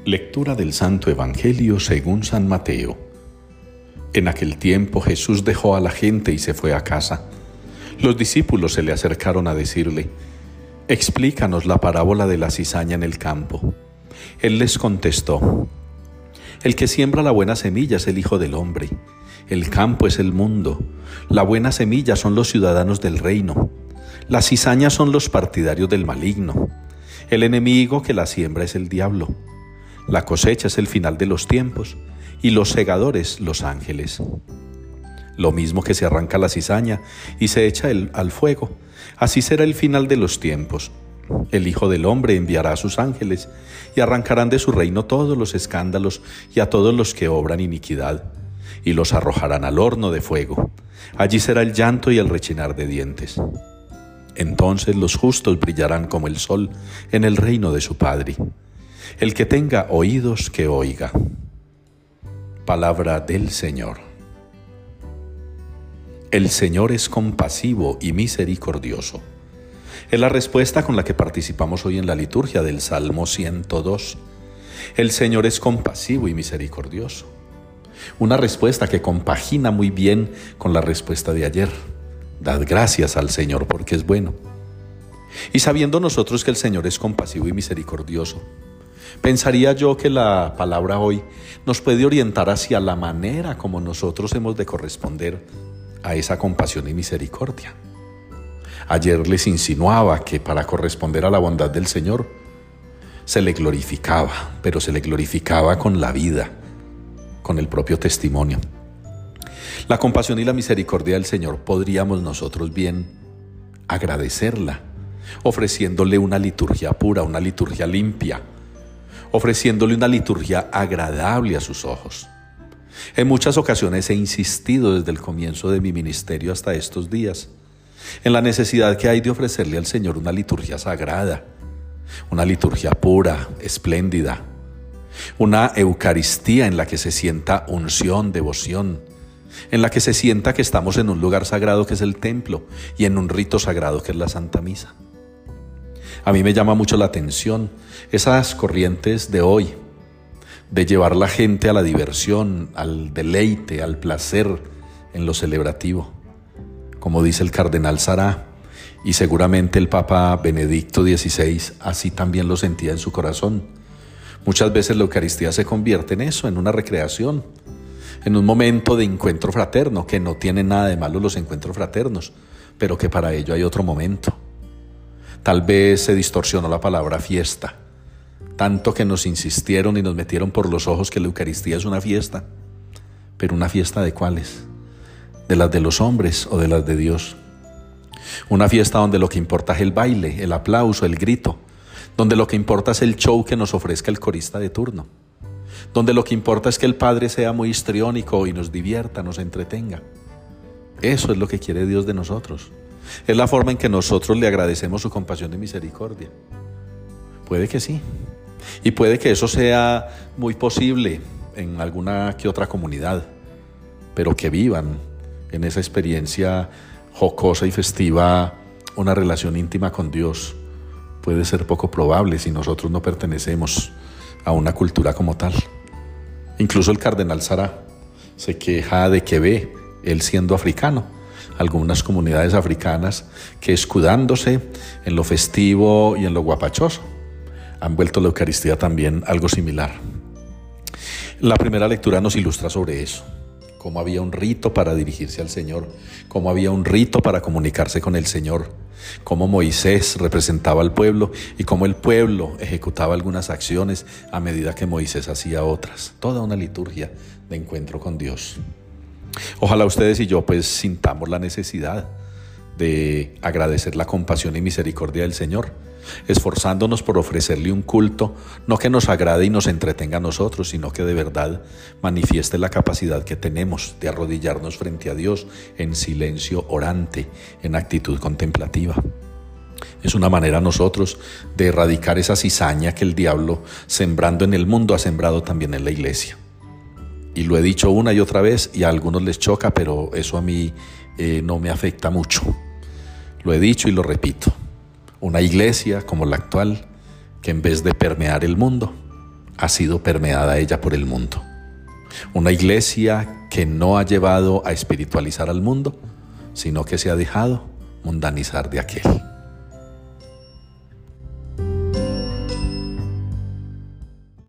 Lectura del Santo Evangelio según San Mateo. En aquel tiempo Jesús dejó a la gente y se fue a casa. Los discípulos se le acercaron a decirle: «Explícanos la parábola de la cizaña en el campo». Él les contestó: «El que siembra la buena semilla es el Hijo del Hombre. El campo es el mundo. La buena semilla son los ciudadanos del reino. Las cizañas son los partidarios del maligno. El enemigo que la siembra es el diablo. La cosecha es el final de los tiempos y los segadores los ángeles. Lo mismo que se arranca la cizaña y se echa al fuego, así será el final de los tiempos. El Hijo del Hombre enviará a sus ángeles y arrancarán de su reino todos los escándalos y a todos los que obran iniquidad, y los arrojarán al horno de fuego. Allí será el llanto y el rechinar de dientes. Entonces los justos brillarán como el sol en el reino de su Padre. El que tenga oídos, que oiga». Palabra del Señor. El Señor es compasivo y misericordioso. Es la respuesta con la que participamos hoy en la liturgia del Salmo 102. El Señor es compasivo y misericordioso. Una respuesta que compagina muy bien con la respuesta de ayer. Dad gracias al Señor porque es bueno. Y sabiendo nosotros que el Señor es compasivo y misericordioso, pensaría yo que la palabra hoy nos puede orientar hacia la manera como nosotros hemos de corresponder a esa compasión y misericordia. Ayer les insinuaba que para corresponder a la bondad del Señor se le glorificaba, pero se le glorificaba con la vida, con el propio testimonio. La compasión y la misericordia del Señor podríamos nosotros bien agradecerla, ofreciéndole una liturgia pura, una liturgia limpia, ofreciéndole una liturgia agradable a sus ojos. En muchas ocasiones he insistido desde el comienzo de mi ministerio hasta estos días en la necesidad que hay de ofrecerle al Señor una liturgia sagrada, una liturgia pura, espléndida, una Eucaristía en la que se sienta unción, devoción, en la que se sienta que estamos en un lugar sagrado que es el templo y en un rito sagrado que es la Santa Misa. A mí me llama mucho la atención esas corrientes de hoy, de llevar la gente a la diversión, al deleite, al placer en lo celebrativo. Como dice el cardenal Sará, y seguramente el Papa Benedicto XVI así también lo sentía en su corazón. Muchas veces la Eucaristía se convierte en eso, en una recreación, en un momento de encuentro fraterno, que no tiene nada de malo los encuentros fraternos, pero que para ello hay otro momento. Tal vez se distorsionó la palabra fiesta, tanto que nos insistieron y nos metieron por los ojos que la Eucaristía es una fiesta. ¿Pero una fiesta de cuáles? ¿De las de los hombres o de las de Dios? Una fiesta donde lo que importa es el baile, el aplauso, el grito, donde lo que importa es el show que nos ofrezca el corista de turno, donde lo que importa es que el Padre sea muy histriónico y nos divierta, nos entretenga. Eso es lo que quiere Dios de nosotros. Es la forma en que nosotros le agradecemos su compasión y misericordia. Puede que sí. Y puede que eso sea muy posible en alguna que otra comunidad, pero que vivan en esa experiencia jocosa y festiva una relación íntima con Dios puede ser poco probable si nosotros no pertenecemos a una cultura como tal. Incluso el cardenal Sará se queja de que ve, él siendo africano, algunas comunidades africanas que, escudándose en lo festivo y en lo guapachoso, han vuelto la Eucaristía también algo similar. La primera lectura nos ilustra sobre eso, cómo había un rito para dirigirse al Señor, cómo había un rito para comunicarse con el Señor, cómo Moisés representaba al pueblo y cómo el pueblo ejecutaba algunas acciones a medida que Moisés hacía otras. Toda una liturgia de encuentro con Dios. Ojalá ustedes y yo pues sintamos la necesidad de agradecer la compasión y misericordia del Señor, esforzándonos por ofrecerle un culto, no que nos agrade y nos entretenga a nosotros, sino que de verdad manifieste la capacidad que tenemos de arrodillarnos frente a Dios en silencio orante, en actitud contemplativa. Es una manera nosotros de erradicar esa cizaña que el diablo, sembrando en el mundo, ha sembrado también en la iglesia. Y lo he dicho una y otra vez y a algunos les choca, pero eso a mí no me afecta mucho. Lo he dicho y lo repito. Una iglesia como la actual, que en vez de permear el mundo, ha sido permeada ella por el mundo. Una iglesia que no ha llevado a espiritualizar al mundo, sino que se ha dejado mundanizar de aquel.